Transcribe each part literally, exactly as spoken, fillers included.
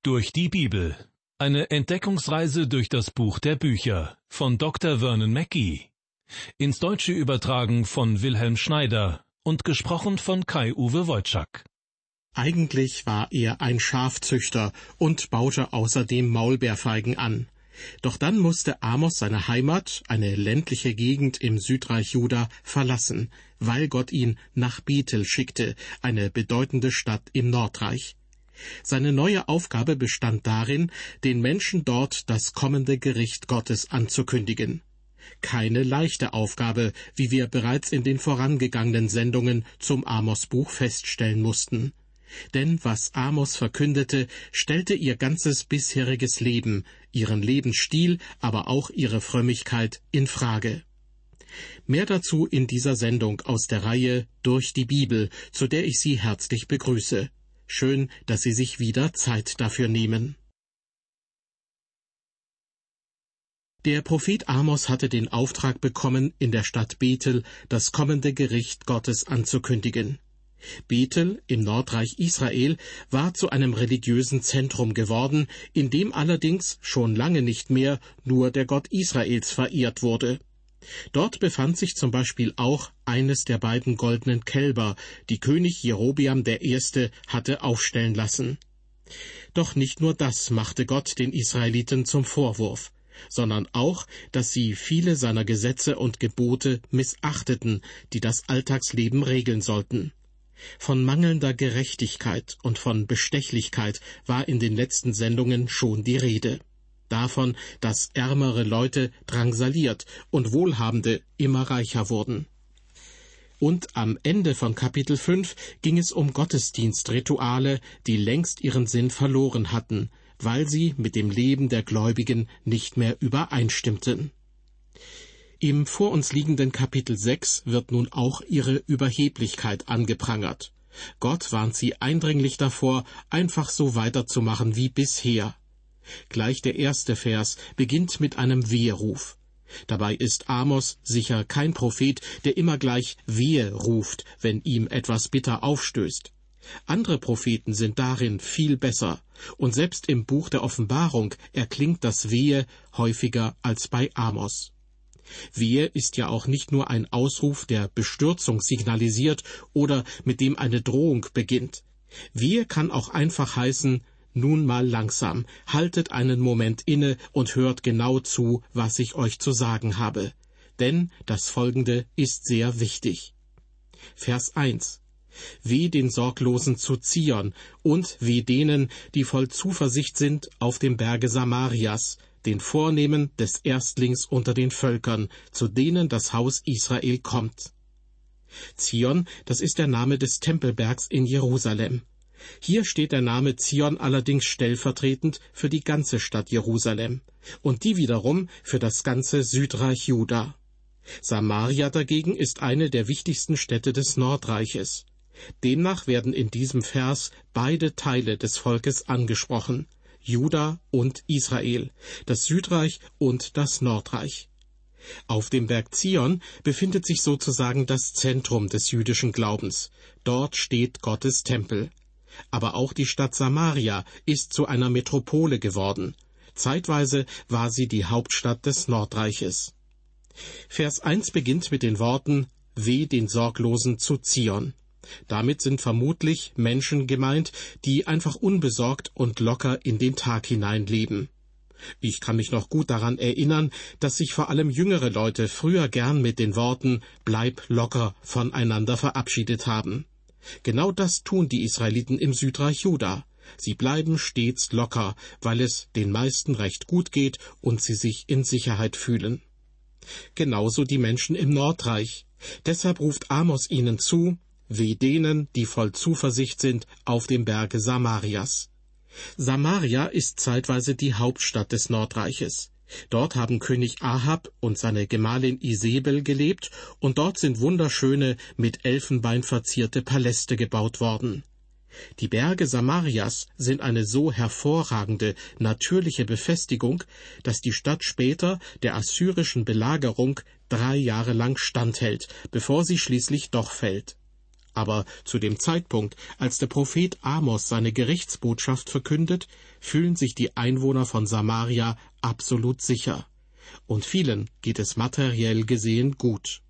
Durch die Bibel. Eine Entdeckungsreise durch das Buch der Bücher von Doktor Vernon Mackey. Ins Deutsche übertragen von Wilhelm Schneider und gesprochen von Kai-Uwe Wojczak. Eigentlich war er ein Schafzüchter und baute außerdem Maulbeerfeigen an. Doch dann musste Amos seine Heimat, eine ländliche Gegend im Südreich Juda, verlassen, weil Gott ihn nach Bethel schickte, eine bedeutende Stadt im Nordreich. Seine neue Aufgabe bestand darin, den Menschen dort das kommende Gericht Gottes anzukündigen. Keine leichte Aufgabe, wie wir bereits in den vorangegangenen Sendungen zum Amos-Buch feststellen mussten. Denn was Amos verkündete, stellte ihr ganzes bisheriges Leben, ihren Lebensstil, aber auch ihre Frömmigkeit in Frage. Mehr dazu in dieser Sendung aus der Reihe Durch die Bibel, zu der ich Sie herzlich begrüße. Schön, dass Sie sich wieder Zeit dafür nehmen. Der Prophet Amos hatte den Auftrag bekommen, in der Stadt Bethel das kommende Gericht Gottes anzukündigen. Bethel im Nordreich Israel war zu einem religiösen Zentrum geworden, in dem allerdings schon lange nicht mehr nur der Gott Israels verehrt wurde. Dort befand sich zum Beispiel auch eines der beiden goldenen Kälber, die König Jerobeam der Erste hatte aufstellen lassen. Doch nicht nur das machte Gott den Israeliten zum Vorwurf, sondern auch, dass sie viele seiner Gesetze und Gebote missachteten, die das Alltagsleben regeln sollten. Von mangelnder Gerechtigkeit und von Bestechlichkeit war in den letzten Sendungen schon die Rede. Davon, dass ärmere Leute drangsaliert und Wohlhabende immer reicher wurden. Und am Ende von Kapitel fünf ging es um Gottesdienstrituale, die längst ihren Sinn verloren hatten, weil sie mit dem Leben der Gläubigen nicht mehr übereinstimmten. Im vor uns liegenden Kapitel sechs wird nun auch ihre Überheblichkeit angeprangert. Gott warnt sie eindringlich davor, einfach so weiterzumachen wie bisher. Gleich der erste Vers beginnt mit einem Weheruf. Dabei ist Amos sicher kein Prophet, der immer gleich Wehe ruft, wenn ihm etwas bitter aufstößt. Andere Propheten sind darin viel besser, und selbst im Buch der Offenbarung erklingt das Wehe häufiger als bei Amos. Wehe ist ja auch nicht nur ein Ausruf, der Bestürzung signalisiert oder mit dem eine Drohung beginnt. Wehe kann auch einfach heißen: Nun mal langsam, haltet einen Moment inne und hört genau zu, was ich euch zu sagen habe. Denn das Folgende ist sehr wichtig. Vers eins. Weh den Sorglosen zu Zion und weh denen, die voll Zuversicht sind auf dem Berge Samarias, den Vornehmen des Erstlings unter den Völkern, zu denen das Haus Israel kommt. Zion, das ist der Name des Tempelbergs in Jerusalem. Hier steht der Name Zion allerdings stellvertretend für die ganze Stadt Jerusalem und die wiederum für das ganze Südreich Juda. Samaria dagegen ist eine der wichtigsten Städte des Nordreiches. Demnach werden in diesem Vers beide Teile des Volkes angesprochen, Juda und Israel, das Südreich und das Nordreich. Auf dem Berg Zion befindet sich sozusagen das Zentrum des jüdischen Glaubens. Dort steht Gottes Tempel. Aber auch die Stadt Samaria ist zu einer Metropole geworden. Zeitweise war sie die Hauptstadt des Nordreiches. Vers eins beginnt mit den Worten: Weh den Sorglosen zu Zion. Damit sind vermutlich Menschen gemeint, die einfach unbesorgt und locker in den Tag hinein leben. Ich kann mich noch gut daran erinnern, dass sich vor allem jüngere Leute früher gern mit den Worten »Bleib locker« voneinander verabschiedet haben. Genau das tun die Israeliten im Südreich Juda. Sie bleiben stets locker, weil es den meisten recht gut geht und sie sich in Sicherheit fühlen. Genauso die Menschen im Nordreich. Deshalb ruft Amos ihnen zu: Weh denen, die voll Zuversicht sind auf dem Berge Samarias. Samaria ist zeitweise die Hauptstadt des Nordreiches. Dort haben König Ahab und seine Gemahlin Isebel gelebt, und dort sind wunderschöne, mit Elfenbein verzierte Paläste gebaut worden. Die Berge Samarias sind eine so hervorragende, natürliche Befestigung, dass die Stadt später der assyrischen Belagerung drei Jahre lang standhält, bevor sie schließlich doch fällt. Aber zu dem Zeitpunkt, als der Prophet Amos seine Gerichtsbotschaft verkündet, fühlen sich die Einwohner von Samaria absolut sicher. Und vielen geht es materiell gesehen gut.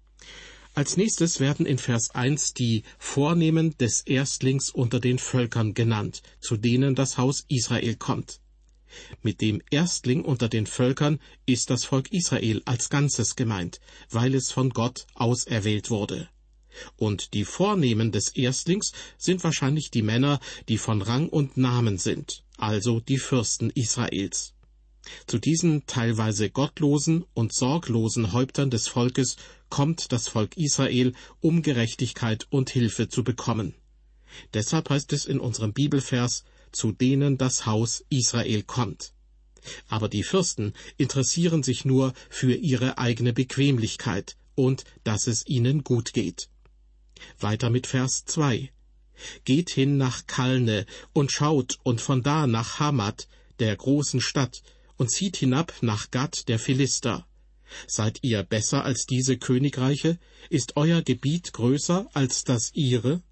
Als nächstes werden in Vers eins die Vornehmen des Erstlings unter den Völkern genannt, zu denen das Haus Israel kommt. Mit dem Erstling unter den Völkern ist das Volk Israel als Ganzes gemeint, weil es von Gott auserwählt wurde. Und die Vornehmen des Erstlings sind wahrscheinlich die Männer, die von Rang und Namen sind, also die Fürsten Israels. Zu diesen teilweise gottlosen und sorglosen Häuptern des Volkes kommt das Volk Israel, um Gerechtigkeit und Hilfe zu bekommen. Deshalb heißt es in unserem Bibelvers, zu denen das Haus Israel kommt. Aber die Fürsten interessieren sich nur für ihre eigene Bequemlichkeit und dass es ihnen gut geht. Weiter mit Vers zwei. Geht hin nach Kalne und schaut und von da nach Hamat, der großen Stadt, und zieht hinab nach Gad der Philister. Seid ihr besser als diese Königreiche? Ist euer Gebiet größer als das ihre?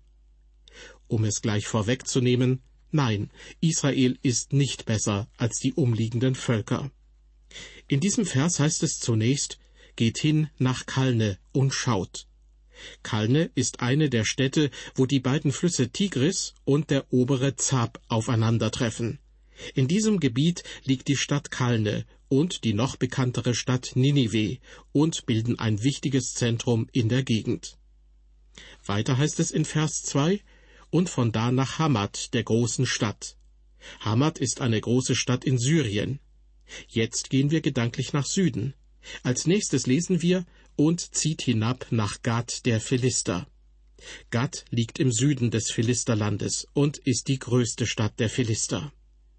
Um es gleich vorwegzunehmen, nein, Israel ist nicht besser als die umliegenden Völker. In diesem Vers heißt es zunächst, geht hin nach Kalne und schaut. Kalne ist eine der Städte, wo die beiden Flüsse Tigris und der obere Zab aufeinandertreffen. In diesem Gebiet liegt die Stadt Kalne und die noch bekanntere Stadt Ninive und bilden ein wichtiges Zentrum in der Gegend. Weiter heißt es in Vers zwei, und von da nach Hamat, der großen Stadt. Hamat ist eine große Stadt in Syrien. Jetzt gehen wir gedanklich nach Süden. Als nächstes lesen wir, und zieht hinab nach Gad der Philister. Gad liegt im Süden des Philisterlandes und ist die größte Stadt der Philister.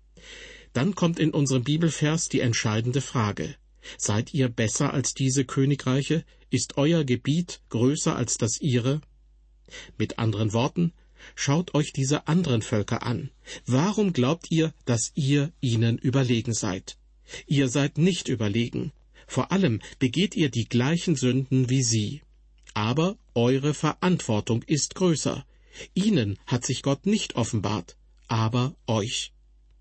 Dann kommt in unserem Bibelvers die entscheidende Frage. Seid ihr besser als diese Königreiche? Ist euer Gebiet größer als das ihre? Mit anderen Worten, schaut euch diese anderen Völker an. Warum glaubt ihr, dass ihr ihnen überlegen seid? Ihr seid nicht überlegen. Vor allem begeht ihr die gleichen Sünden wie sie. Aber eure Verantwortung ist größer. Ihnen hat sich Gott nicht offenbart, aber euch.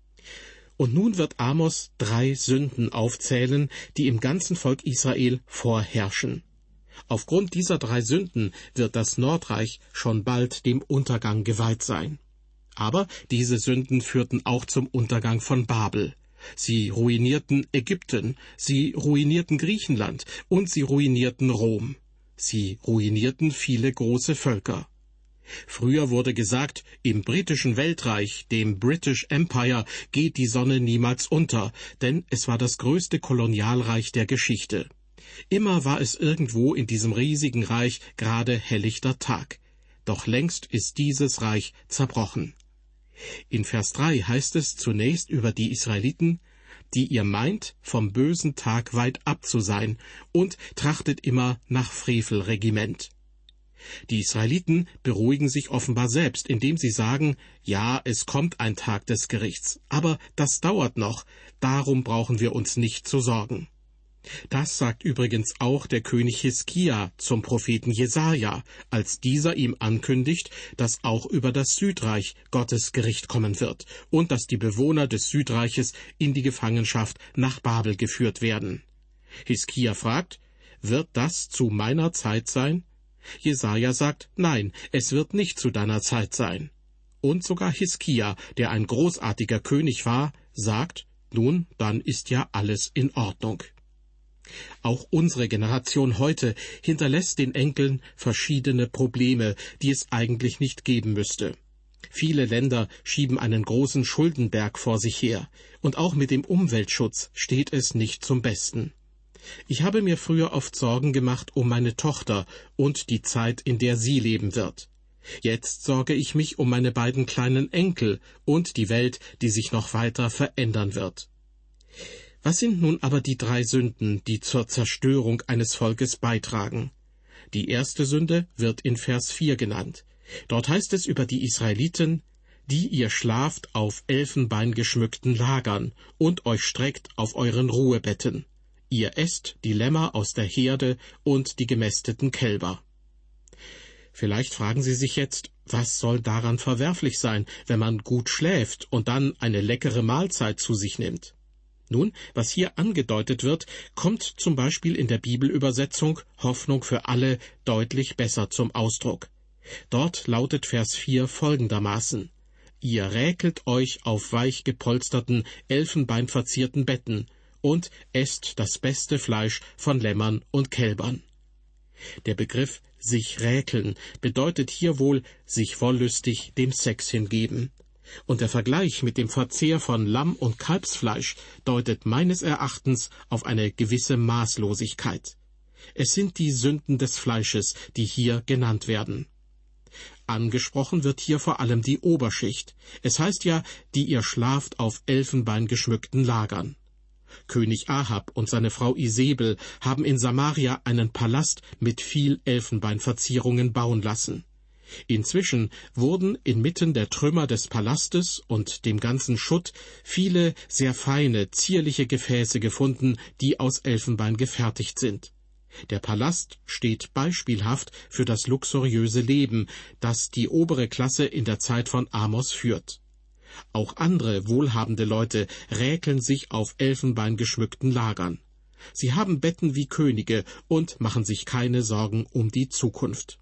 Und nun wird Amos drei Sünden aufzählen, die im ganzen Volk Israel vorherrschen. Aufgrund dieser drei Sünden wird das Nordreich schon bald dem Untergang geweiht sein. Aber diese Sünden führten auch zum Untergang von Babel. Sie ruinierten Ägypten, sie ruinierten Griechenland und sie ruinierten Rom. Sie ruinierten viele große Völker. Früher wurde gesagt, im britischen Weltreich, dem British Empire, geht die Sonne niemals unter, denn es war das größte Kolonialreich der Geschichte. Immer war es irgendwo in diesem riesigen Reich gerade helllichter Tag. Doch längst ist dieses Reich zerbrochen. In Vers drei heißt es zunächst über die Israeliten, die ihr meint, vom bösen Tag weit ab zu sein und trachtet immer nach Frevelregiment. Die Israeliten beruhigen sich offenbar selbst, indem sie sagen, ja, es kommt ein Tag des Gerichts, aber das dauert noch, darum brauchen wir uns nicht zu sorgen. Das sagt übrigens auch der König Hiskia zum Propheten Jesaja, als dieser ihm ankündigt, dass auch über das Südreich Gottes Gericht kommen wird und dass die Bewohner des Südreiches in die Gefangenschaft nach Babel geführt werden. Hiskia fragt, wird das zu meiner Zeit sein? Jesaja sagt, nein, es wird nicht zu deiner Zeit sein. Und sogar Hiskia, der ein großartiger König war, sagt, nun, dann ist ja alles in Ordnung. Auch unsere Generation heute hinterlässt den Enkeln verschiedene Probleme, die es eigentlich nicht geben müsste. Viele Länder schieben einen großen Schuldenberg vor sich her, und auch mit dem Umweltschutz steht es nicht zum Besten. Ich habe mir früher oft Sorgen gemacht um meine Tochter und die Zeit, in der sie leben wird. Jetzt sorge ich mich um meine beiden kleinen Enkel und die Welt, die sich noch weiter verändern wird. Was sind nun aber die drei Sünden, die zur Zerstörung eines Volkes beitragen? Die erste Sünde wird in Vers vier genannt. Dort heißt es über die Israeliten, die ihr schlaft auf elfenbeingeschmückten Lagern und euch streckt auf euren Ruhebetten. Ihr esst die Lämmer aus der Herde und die gemästeten Kälber. Vielleicht fragen Sie sich jetzt, Was soll daran verwerflich sein, wenn man gut schläft und dann eine leckere Mahlzeit zu sich nimmt? Nun, was hier angedeutet wird, kommt zum Beispiel in der Bibelübersetzung Hoffnung für alle deutlich besser zum Ausdruck. Dort lautet Vers vier folgendermaßen: Ihr räkelt euch auf weich gepolsterten, elfenbeinverzierten Betten und esst das beste Fleisch von Lämmern und Kälbern. Der Begriff sich räkeln bedeutet hier wohl sich wollüstig dem Sex hingeben. Und der Vergleich mit dem Verzehr von Lamm- und Kalbsfleisch deutet meines Erachtens auf eine gewisse Maßlosigkeit. Es sind die Sünden des Fleisches, die hier genannt werden. Angesprochen wird hier vor allem die Oberschicht. Es heißt ja, die ihr schlaft auf Elfenbein geschmückten Lagern. König Ahab und seine Frau Isebel haben in Samaria einen Palast mit viel Elfenbeinverzierungen bauen lassen. Inzwischen wurden inmitten der Trümmer des Palastes und dem ganzen Schutt viele sehr feine, zierliche Gefäße gefunden, die aus Elfenbein gefertigt sind. Der Palast steht beispielhaft für das luxuriöse Leben, das die obere Klasse in der Zeit von Amos führt. Auch andere wohlhabende Leute räkeln sich auf Elfenbein geschmückten Lagern. Sie haben Betten wie Könige und machen sich keine Sorgen um die Zukunft.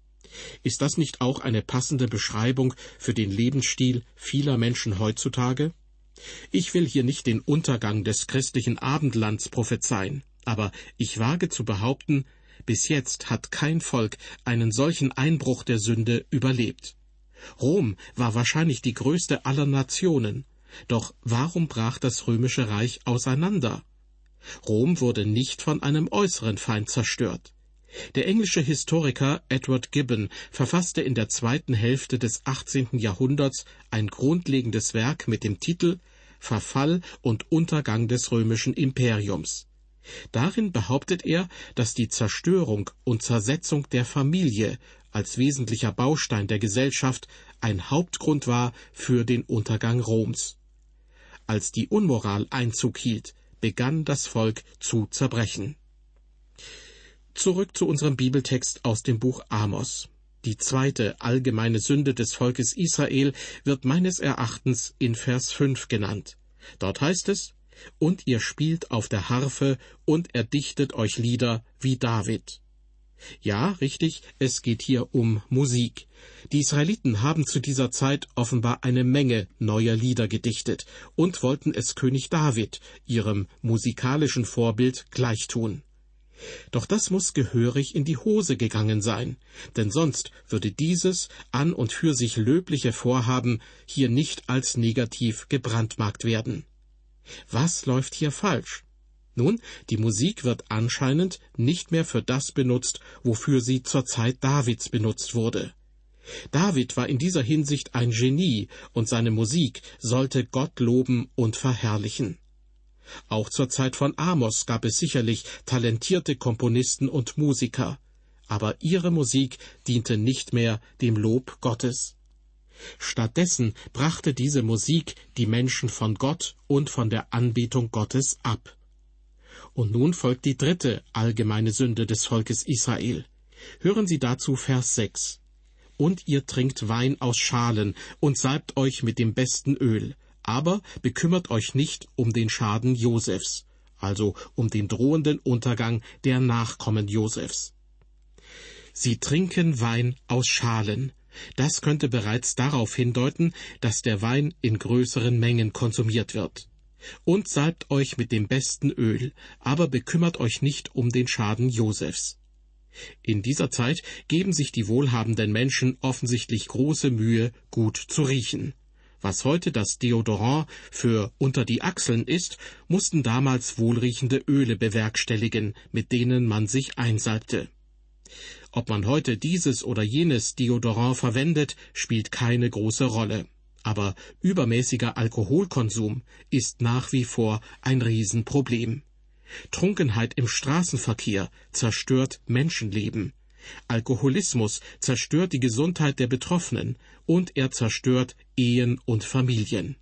Ist das nicht auch eine passende Beschreibung für den Lebensstil vieler Menschen heutzutage? Ich will hier nicht den Untergang des christlichen Abendlands prophezeien, aber ich wage zu behaupten, bis jetzt hat kein Volk einen solchen Einbruch der Sünde überlebt. Rom war wahrscheinlich die größte aller Nationen, doch warum brach das römische Reich auseinander? Rom wurde nicht von einem äußeren Feind zerstört. Der englische Historiker Edward Gibbon verfasste in der zweiten Hälfte des achtzehnten Jahrhunderts ein grundlegendes Werk mit dem Titel Verfall und Untergang des römischen Imperiums. Darin behauptet er, dass die Zerstörung und Zersetzung der Familie als wesentlicher Baustein der Gesellschaft ein Hauptgrund war für den Untergang Roms. Als die Unmoral Einzug hielt, begann das Volk zu zerbrechen. Zurück zu unserem Bibeltext aus dem Buch Amos. Die zweite allgemeine Sünde des Volkes Israel wird meines Erachtens in Vers fünf genannt. Dort heißt es: Und ihr spielt auf der Harfe und erdichtet euch Lieder wie David. Ja, richtig, es geht hier um Musik. Die Israeliten haben zu dieser Zeit offenbar eine Menge neuer Lieder gedichtet und wollten es König David, ihrem musikalischen Vorbild, gleichtun. Doch das muss gehörig in die Hose gegangen sein, denn sonst würde dieses an und für sich löbliche Vorhaben hier nicht als negativ gebrandmarkt werden. Was läuft hier falsch? Nun, die Musik wird anscheinend nicht mehr für das benutzt, wofür sie zur Zeit Davids benutzt wurde. David war in dieser Hinsicht ein Genie, und seine Musik sollte Gott loben und verherrlichen. Auch zur Zeit von Amos gab es sicherlich talentierte Komponisten und Musiker, aber ihre Musik diente nicht mehr dem Lob Gottes. Stattdessen brachte diese Musik die Menschen von Gott und von der Anbetung Gottes ab. Und nun folgt die dritte allgemeine Sünde des Volkes Israel. Hören Sie dazu Vers sechs. Und ihr trinkt Wein aus Schalen und salbt euch mit dem besten Öl, aber bekümmert euch nicht um den Schaden Josefs, also um den drohenden Untergang der Nachkommen Josefs. Sie trinken Wein aus Schalen. Das könnte bereits darauf hindeuten, dass der Wein in größeren Mengen konsumiert wird. Und salbt euch mit dem besten Öl, aber bekümmert euch nicht um den Schaden Josefs. In dieser Zeit geben sich die wohlhabenden Menschen offensichtlich große Mühe, gut zu riechen. Was heute das Deodorant für unter die Achseln ist, mussten damals wohlriechende Öle bewerkstelligen, mit denen man sich einsalbte. Ob man heute dieses oder jenes Deodorant verwendet, spielt keine große Rolle. Aber übermäßiger Alkoholkonsum ist nach wie vor ein Riesenproblem. Trunkenheit im Straßenverkehr zerstört Menschenleben. Alkoholismus zerstört die Gesundheit der Betroffenen und er zerstört Ehen und Familien.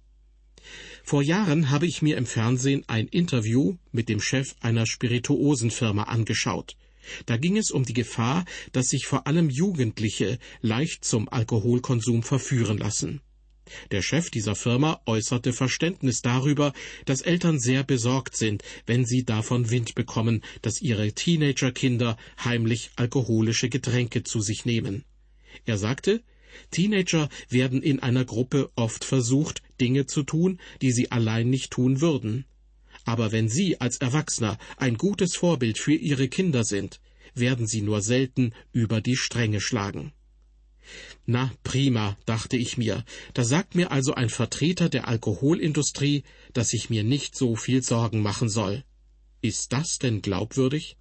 Vor Jahren habe ich mir im Fernsehen ein Interview mit dem Chef einer Spirituosenfirma angeschaut. Da ging es um die Gefahr, dass sich vor allem Jugendliche leicht zum Alkoholkonsum verführen lassen. Der Chef dieser Firma äußerte Verständnis darüber, dass Eltern sehr besorgt sind, wenn sie davon Wind bekommen, dass ihre Teenagerkinder heimlich alkoholische Getränke zu sich nehmen. Er sagte, Teenager werden in einer Gruppe oft versucht, Dinge zu tun, die sie allein nicht tun würden. Aber wenn Sie als Erwachsener ein gutes Vorbild für Ihre Kinder sind, werden sie nur selten über die Stränge schlagen. Na, prima, dachte ich mir, da sagt mir also ein Vertreter der Alkoholindustrie, dass ich mir nicht so viel Sorgen machen soll. Ist das denn glaubwürdig?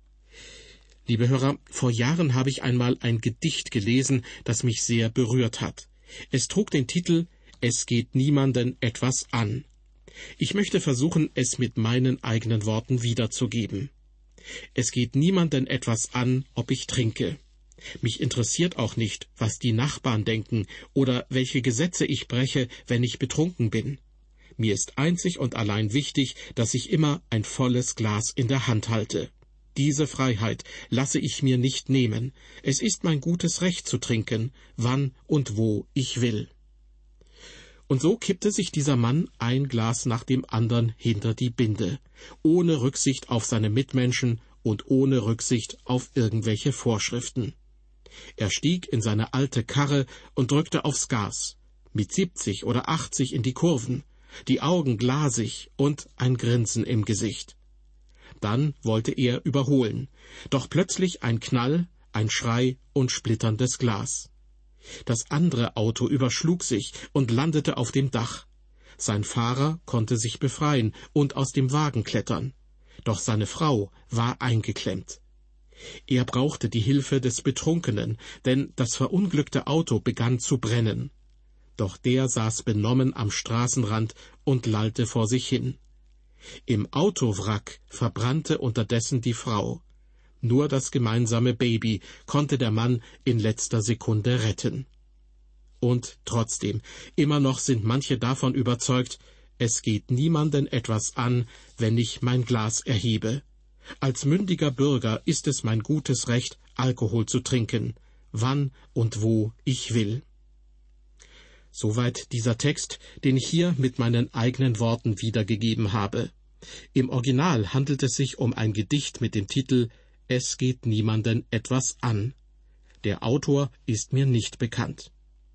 Liebe Hörer, vor Jahren habe ich einmal ein Gedicht gelesen, das mich sehr berührt hat. Es trug den Titel »Es geht niemanden etwas an«. Ich möchte versuchen, es mit meinen eigenen Worten wiederzugeben. Es geht niemanden etwas an, ob ich trinke. Mich interessiert auch nicht, was die Nachbarn denken oder welche Gesetze ich breche, wenn ich betrunken bin. Mir ist einzig und allein wichtig, dass ich immer ein volles Glas in der Hand halte. Diese Freiheit lasse ich mir nicht nehmen. Es ist mein gutes Recht zu trinken, wann und wo ich will. Und so kippte sich dieser Mann ein Glas nach dem anderen hinter die Binde, ohne Rücksicht auf seine Mitmenschen und ohne Rücksicht auf irgendwelche Vorschriften. Er stieg in seine alte Karre und drückte aufs Gas, mit siebzig oder achtzig in die Kurven, die Augen glasig und ein Grinsen im Gesicht. Dann wollte er überholen, doch plötzlich ein Knall, ein Schrei und splitterndes Glas. Das andere Auto überschlug sich und landete auf dem Dach. Sein Fahrer konnte sich befreien und aus dem Wagen klettern. Doch seine Frau war eingeklemmt. Er brauchte die Hilfe des Betrunkenen, denn das verunglückte Auto begann zu brennen. Doch der saß benommen am Straßenrand und lallte vor sich hin. Im Autowrack verbrannte unterdessen die Frau. Nur das gemeinsame Baby konnte der Mann in letzter Sekunde retten. Und trotzdem, immer noch sind manche davon überzeugt, es geht niemanden etwas an, wenn ich mein Glas erhebe. Als mündiger Bürger ist es mein gutes Recht, Alkohol zu trinken, wann und wo ich will. Soweit dieser Text, den ich hier mit meinen eigenen Worten wiedergegeben habe. Im Original handelt es sich um ein Gedicht mit dem Titel »Es geht niemanden etwas an«. Der Autor ist mir nicht bekannt.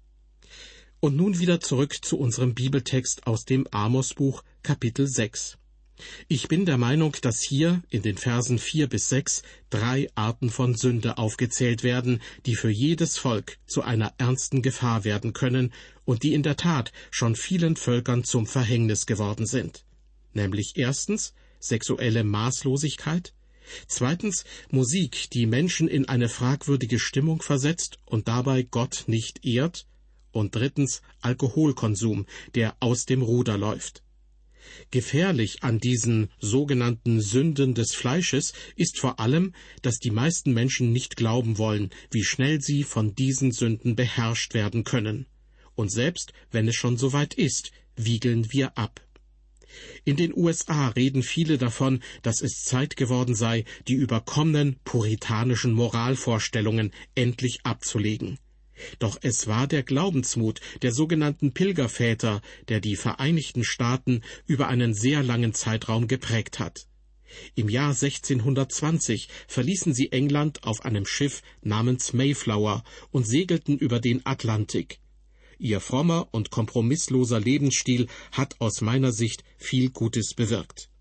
Und nun wieder zurück zu unserem Bibeltext aus dem Amosbuch, Kapitel sechs. Ich bin der Meinung, dass hier in den Versen vier bis sechs drei Arten von Sünde aufgezählt werden, die für jedes Volk zu einer ernsten Gefahr werden können und die in der Tat schon vielen Völkern zum Verhängnis geworden sind. Nämlich erstens sexuelle Maßlosigkeit, zweitens Musik, die Menschen in eine fragwürdige Stimmung versetzt und dabei Gott nicht ehrt, und drittens Alkoholkonsum, der aus dem Ruder läuft. Gefährlich an diesen sogenannten Sünden des Fleisches ist vor allem, dass die meisten Menschen nicht glauben wollen, wie schnell sie von diesen Sünden beherrscht werden können. Und selbst wenn es schon so weit ist, wiegeln wir ab. In den U S A reden viele davon, dass es Zeit geworden sei, die überkommenen puritanischen Moralvorstellungen endlich abzulegen. Doch es war der Glaubensmut der sogenannten Pilgerväter, der die Vereinigten Staaten über einen sehr langen Zeitraum geprägt hat. Im Jahr sechzehnhundertzwanzig verließen sie England auf einem Schiff namens Mayflower und segelten über den Atlantik. Ihr frommer und kompromissloser Lebensstil hat aus meiner Sicht viel Gutes bewirkt.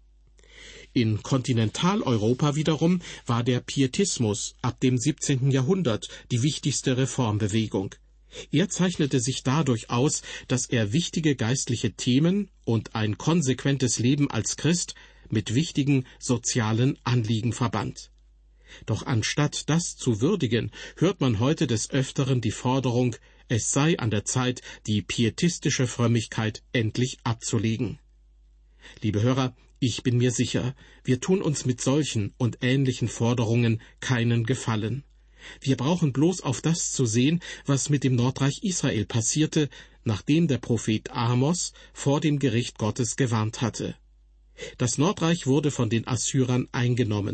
In Kontinentaleuropa wiederum war der Pietismus ab dem siebzehnten Jahrhundert die wichtigste Reformbewegung. Er zeichnete sich dadurch aus, dass er wichtige geistliche Themen und ein konsequentes Leben als Christ mit wichtigen sozialen Anliegen verband. Doch anstatt das zu würdigen, hört man heute des Öfteren die Forderung, es sei an der Zeit, die pietistische Frömmigkeit endlich abzulegen. Liebe Hörer, ich bin mir sicher, wir tun uns mit solchen und ähnlichen Forderungen keinen Gefallen. Wir brauchen bloß auf das zu sehen, was mit dem Nordreich Israel passierte, nachdem der Prophet Amos vor dem Gericht Gottes gewarnt hatte. Das Nordreich wurde von den Assyrern eingenommen,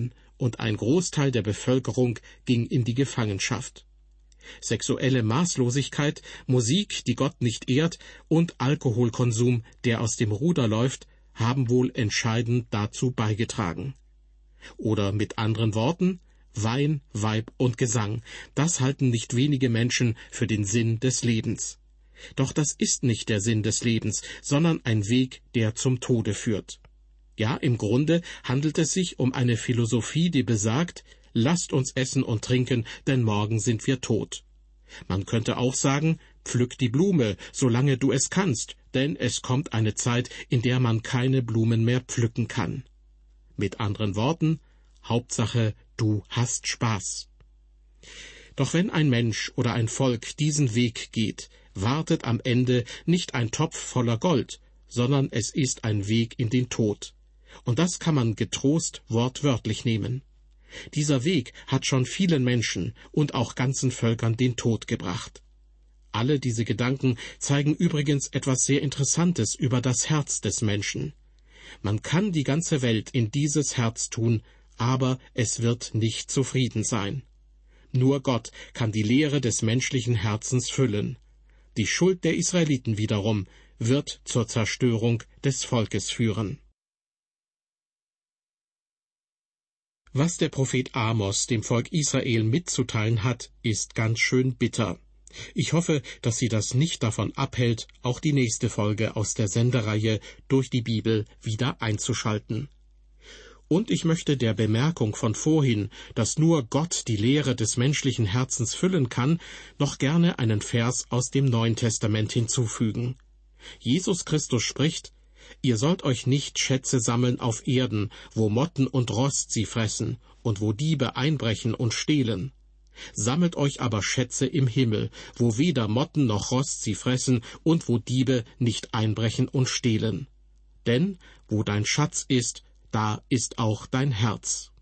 und ein Großteil der Bevölkerung ging in die Gefangenschaft. Sexuelle Maßlosigkeit, Musik, die Gott nicht ehrt, und Alkoholkonsum, der aus dem Ruder läuft, haben wohl entscheidend dazu beigetragen. Oder mit anderen Worten, Wein, Weib und Gesang, das halten nicht wenige Menschen für den Sinn des Lebens. Doch das ist nicht der Sinn des Lebens, sondern ein Weg, der zum Tode führt. Ja, im Grunde handelt es sich um eine Philosophie, die besagt, lasst uns essen und trinken, denn morgen sind wir tot. Man könnte auch sagen, pflück die Blume, solange du es kannst, denn es kommt eine Zeit, in der man keine Blumen mehr pflücken kann. Mit anderen Worten, Hauptsache, du hast Spaß. Doch wenn ein Mensch oder ein Volk diesen Weg geht, wartet am Ende nicht ein Topf voller Gold, sondern es ist ein Weg in den Tod. Und das kann man getrost wortwörtlich nehmen. Dieser Weg hat schon vielen Menschen und auch ganzen Völkern den Tod gebracht. Alle diese Gedanken zeigen übrigens etwas sehr Interessantes über das Herz des Menschen. Man kann die ganze Welt in dieses Herz tun, aber es wird nicht zufrieden sein. Nur Gott kann die Leere des menschlichen Herzens füllen. Die Schuld der Israeliten wiederum wird zur Zerstörung des Volkes führen. Was der Prophet Amos dem Volk Israel mitzuteilen hat, ist ganz schön bitter. Ich hoffe, dass Sie das nicht davon abhält, auch die nächste Folge aus der Sendereihe Durch die Bibel wieder einzuschalten. Und ich möchte der Bemerkung von vorhin, dass nur Gott die Leere des menschlichen Herzens füllen kann, noch gerne einen Vers aus dem Neuen Testament hinzufügen. Jesus Christus spricht: Ihr sollt euch nicht Schätze sammeln auf Erden, wo Motten und Rost sie fressen und wo Diebe einbrechen und stehlen. Sammelt euch aber Schätze im Himmel, wo weder Motten noch Rost sie fressen und wo Diebe nicht einbrechen und stehlen. Denn wo dein Schatz ist, da ist auch dein Herz.